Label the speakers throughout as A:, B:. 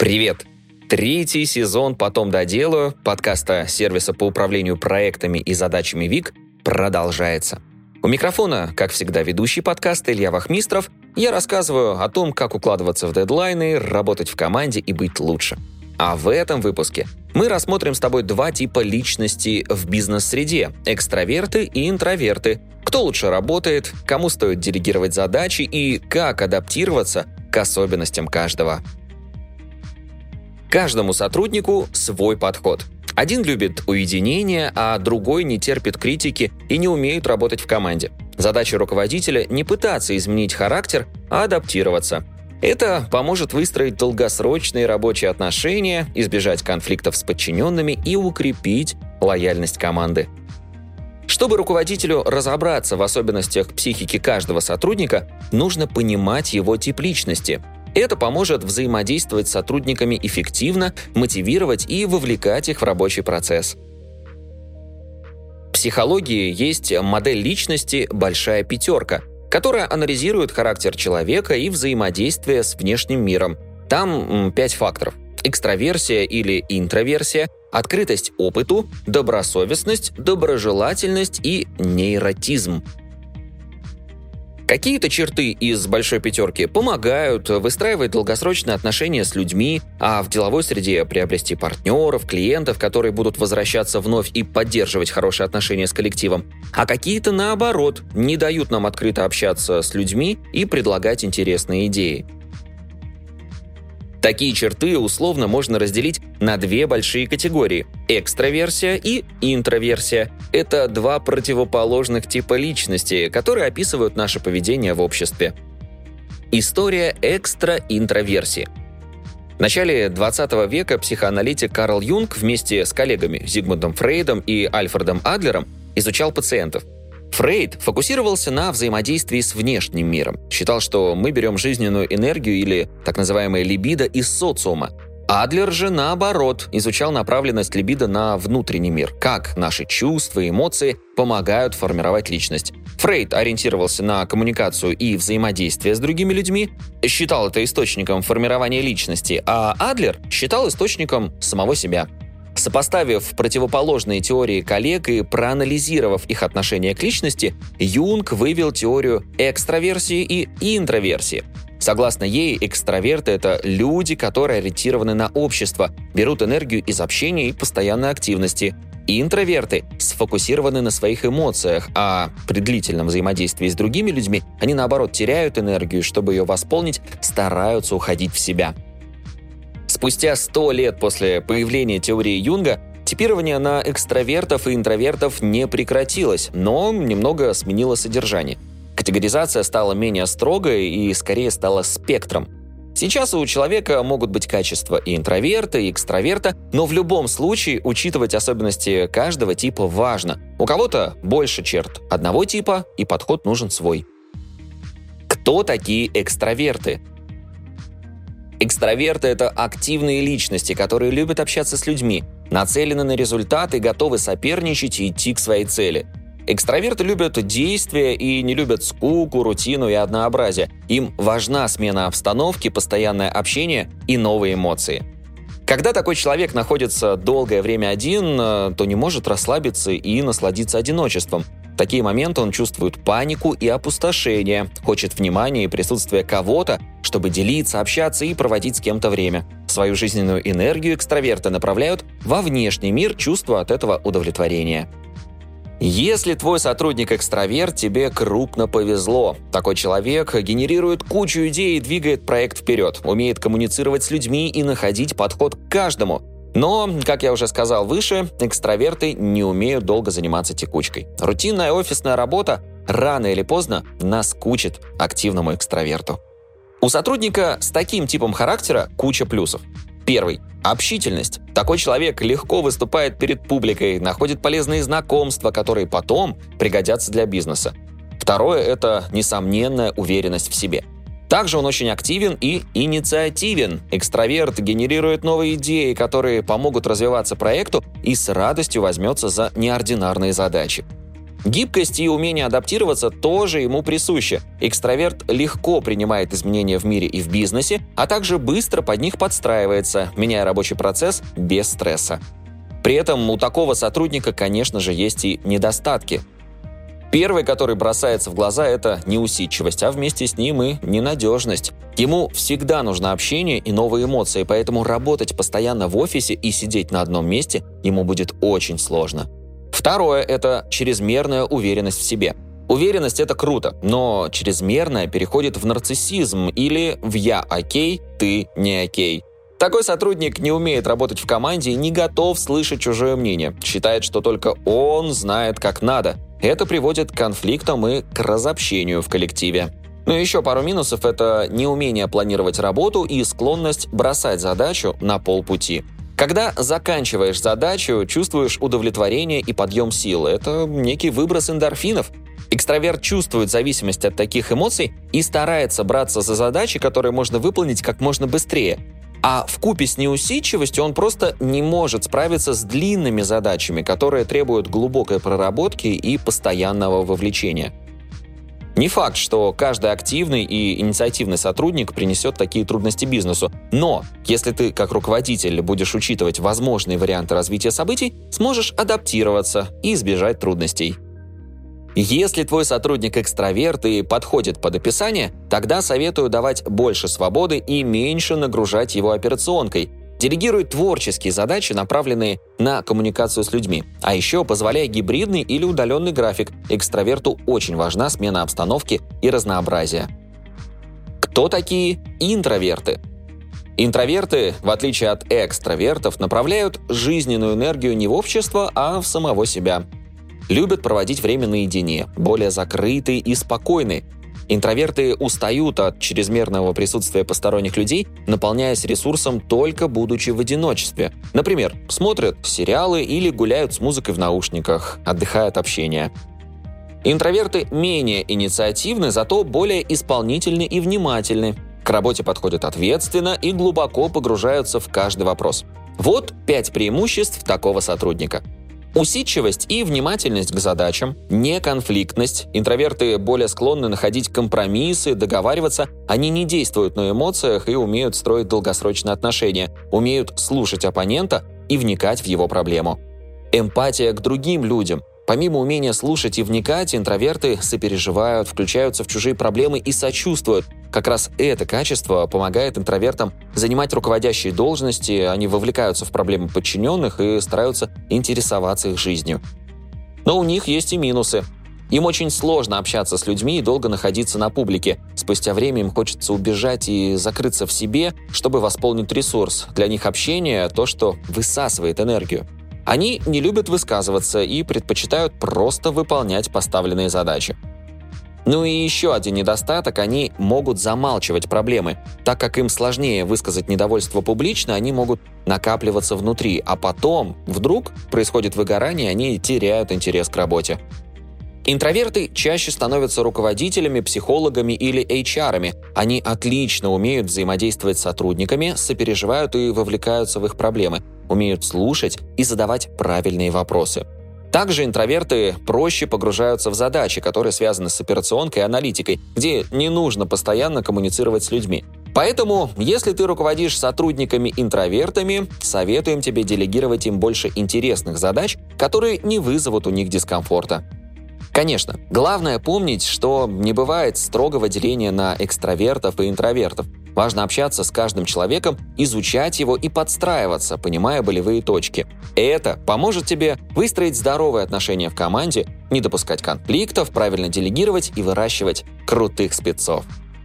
A: Привет! Третий сезон «Потом доделаю» подкаста сервиса по управлению проектами и задачами ВИК продолжается. У микрофона, как всегда, ведущий подкаста Илья Вахмистров. Я рассказываю о том, как укладываться в дедлайны, работать в команде и быть лучше. А в этом выпуске мы рассмотрим с тобой два типа личности в бизнес-среде – экстраверты и интроверты. Кто лучше работает, кому стоит делегировать задачи и как адаптироваться к особенностям каждого. Каждому сотруднику свой подход. Один любит уединение, а другой не терпит критики и не умеет работать в команде. Задача руководителя – не пытаться изменить характер, а адаптироваться. Это поможет выстроить долгосрочные рабочие отношения, избежать конфликтов с подчиненными и укрепить лояльность команды. Чтобы руководителю разобраться в особенностях психики каждого сотрудника, нужно понимать его тип личности. Это поможет взаимодействовать с сотрудниками эффективно, мотивировать и вовлекать их в рабочий процесс. В психологии есть модель личности «Большая пятерка», которая анализирует характер человека и взаимодействие с внешним миром. Там 5 факторов: экстраверсия или интроверсия, открытость опыту, добросовестность, доброжелательность и нейротизм. Какие-то черты из большой пятерки помогают выстраивать долгосрочные отношения с людьми, а в деловой среде приобрести партнеров, клиентов, которые будут возвращаться вновь и поддерживать хорошие отношения с коллективом. А какие-то, наоборот, не дают нам открыто общаться с людьми и предлагать интересные идеи. Такие черты условно можно разделить на две большие категории – экстраверсия и интроверсия. Это два противоположных типа личности, которые описывают наше поведение в обществе. История экстра-интроверсии. В начале 20 века психоаналитик Карл Юнг вместе с коллегами Зигмундом Фрейдом и Альфредом Адлером изучал пациентов. Фрейд фокусировался на взаимодействии с внешним миром. Считал, что мы берем жизненную энергию или так называемое либидо из социума. Адлер же, наоборот, изучал направленность либидо на внутренний мир, как наши чувства и эмоции помогают формировать личность. Фрейд ориентировался на коммуникацию и взаимодействие с другими людьми, считал это источником формирования личности, а Адлер считал источником самого себя. Сопоставив противоположные теории коллег и проанализировав их отношение к личности, Юнг вывел теорию экстраверсии и интроверсии. Согласно ей, экстраверты – это люди, которые ориентированы на общество, берут энергию из общения и постоянной активности. Интроверты сфокусированы на своих эмоциях, а при длительном взаимодействии с другими людьми они, наоборот, теряют энергию, чтобы ее восполнить, стараются уходить в себя. Спустя 100 лет после появления теории Юнга типирование на экстравертов и интровертов не прекратилось, но немного сменило содержание. Категоризация стала менее строгой и скорее стала спектром. Сейчас у человека могут быть качества и интроверта, и экстраверта, но в любом случае учитывать особенности каждого типа важно. У кого-то больше черт одного типа, и подход нужен свой. Кто такие экстраверты? Экстраверты – это активные личности, которые любят общаться с людьми, нацелены на результат и готовы соперничать и идти к своей цели. Экстраверты любят действия и не любят скуку, рутину и однообразие. Им важна смена обстановки, постоянное общение и новые эмоции. Когда такой человек находится долгое время один, то не может расслабиться и насладиться одиночеством. В такие моменты он чувствует панику и опустошение, хочет внимания и присутствия кого-то, чтобы делиться, общаться и проводить с кем-то время. Свою жизненную энергию экстраверты направляют во внешний мир, чувство от этого удовлетворения. Если твой сотрудник экстраверт, тебе крупно повезло. Такой человек генерирует кучу идей и двигает проект вперед, умеет коммуницировать с людьми и находить подход к каждому. Но, как я уже сказал выше, экстраверты не умеют долго заниматься текучкой. Рутинная офисная работа рано или поздно наскучит активному экстраверту. У сотрудника с таким типом характера куча плюсов. Первый – общительность. Такой человек легко выступает перед публикой, находит полезные знакомства, которые потом пригодятся для бизнеса. Второе – это несомненная уверенность в себе. Также он очень активен и инициативен. Экстраверт генерирует новые идеи, которые помогут развиваться проекту и с радостью возьмется за неординарные задачи. Гибкость и умение адаптироваться тоже ему присущи. Экстраверт легко принимает изменения в мире и в бизнесе, а также быстро под них подстраивается, меняя рабочий процесс без стресса. При этом у такого сотрудника, конечно же, есть и недостатки. Первый, который бросается в глаза, это неусидчивость, а вместе с ним и ненадежность. Ему всегда нужно общение и новые эмоции, поэтому работать постоянно в офисе и сидеть на одном месте ему будет очень сложно. Второе – это чрезмерная уверенность в себе. Уверенность – это круто, но чрезмерная переходит в нарциссизм или в «я окей, ты не окей». Такой сотрудник не умеет работать в команде и не готов слышать чужое мнение, считает, что только он знает, как надо. Это приводит к конфликтам и к разобщению в коллективе. Ну и еще пару минусов – это неумение планировать работу и склонность бросать задачу на полпути. Когда заканчиваешь задачу, чувствуешь удовлетворение и подъем сил. Это некий выброс эндорфинов. Экстраверт чувствует зависимость от таких эмоций и старается браться за задачи, которые можно выполнить как можно быстрее. А вкупе с неусидчивостью он просто не может справиться с длинными задачами, которые требуют глубокой проработки и постоянного вовлечения. Не факт, что каждый активный и инициативный сотрудник принесет такие трудности бизнесу, но если ты, как руководитель, будешь учитывать возможные варианты развития событий, сможешь адаптироваться и избежать трудностей. Если твой сотрудник экстраверт и подходит под описание, тогда советую давать больше свободы и меньше нагружать его операционкой. Делегируй творческие задачи, направленные на коммуникацию с людьми. А еще позволяй гибридный или удаленный график. Экстраверту очень важна смена обстановки и разнообразие. Кто такие интроверты? Интроверты, в отличие от экстравертов, направляют жизненную энергию не в общество, а в самого себя. Любят проводить время наедине, более закрытые и спокойные. Интроверты устают от чрезмерного присутствия посторонних людей, наполняясь ресурсом только будучи в одиночестве. Например, смотрят сериалы или гуляют с музыкой в наушниках, отдыхая от общения. Интроверты менее инициативны, зато более исполнительны и внимательны. К работе подходят ответственно и глубоко погружаются в каждый вопрос. Вот 5 преимуществ такого сотрудника. Усидчивость и внимательность к задачам, неконфликтность. Интроверты более склонны находить компромиссы, договариваться. Они не действуют на эмоциях и умеют строить долгосрочные отношения, умеют слушать оппонента и вникать в его проблему. Эмпатия к другим людям. Помимо умения слушать и вникать, интроверты сопереживают, включаются в чужие проблемы и сочувствуют. Как раз это качество помогает интровертам занимать руководящие должности, они вовлекаются в проблемы подчиненных и стараются интересоваться их жизнью. Но у них есть и минусы. Им очень сложно общаться с людьми и долго находиться на публике. Спустя время им хочется убежать и закрыться в себе, чтобы восполнить ресурс. Для них общение – то, что высасывает энергию. Они не любят высказываться и предпочитают просто выполнять поставленные задачи. Ну и еще один недостаток – они могут замалчивать проблемы. Так как им сложнее высказать недовольство публично, они могут накапливаться внутри, а потом вдруг происходит выгорание, и они теряют интерес к работе. Интроверты чаще становятся руководителями, психологами или HR-ами. Они отлично умеют взаимодействовать с сотрудниками, сопереживают и вовлекаются в их проблемы, умеют слушать и задавать правильные вопросы. Также интроверты проще погружаются в задачи, которые связаны с операционкой и аналитикой, где не нужно постоянно коммуницировать с людьми. Поэтому, если ты руководишь сотрудниками-интровертами, советуем тебе делегировать им больше интересных задач, которые не вызовут у них дискомфорта. Конечно, главное помнить, что не бывает строгого деления на экстравертов и интровертов. Важно общаться с каждым человеком, изучать его и подстраиваться, понимая болевые точки. Это поможет тебе выстроить здоровые отношения в команде, не допускать конфликтов, правильно делегировать и выращивать крутых спецов.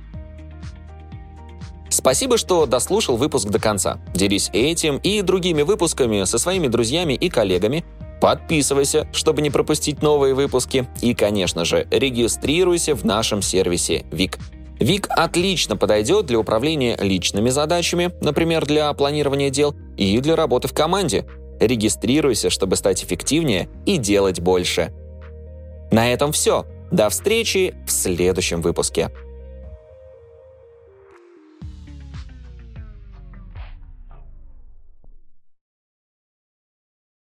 A: Спасибо, что дослушал выпуск до конца. Делись этим и другими выпусками со своими друзьями и коллегами. Подписывайся, чтобы не пропустить новые выпуски. И, конечно же, регистрируйся в нашем сервисе Вик. Вик отлично подойдет для управления личными задачами, например, для планирования дел, и для работы в команде. Регистрируйся, чтобы стать эффективнее и делать больше. На этом все. До встречи в следующем выпуске.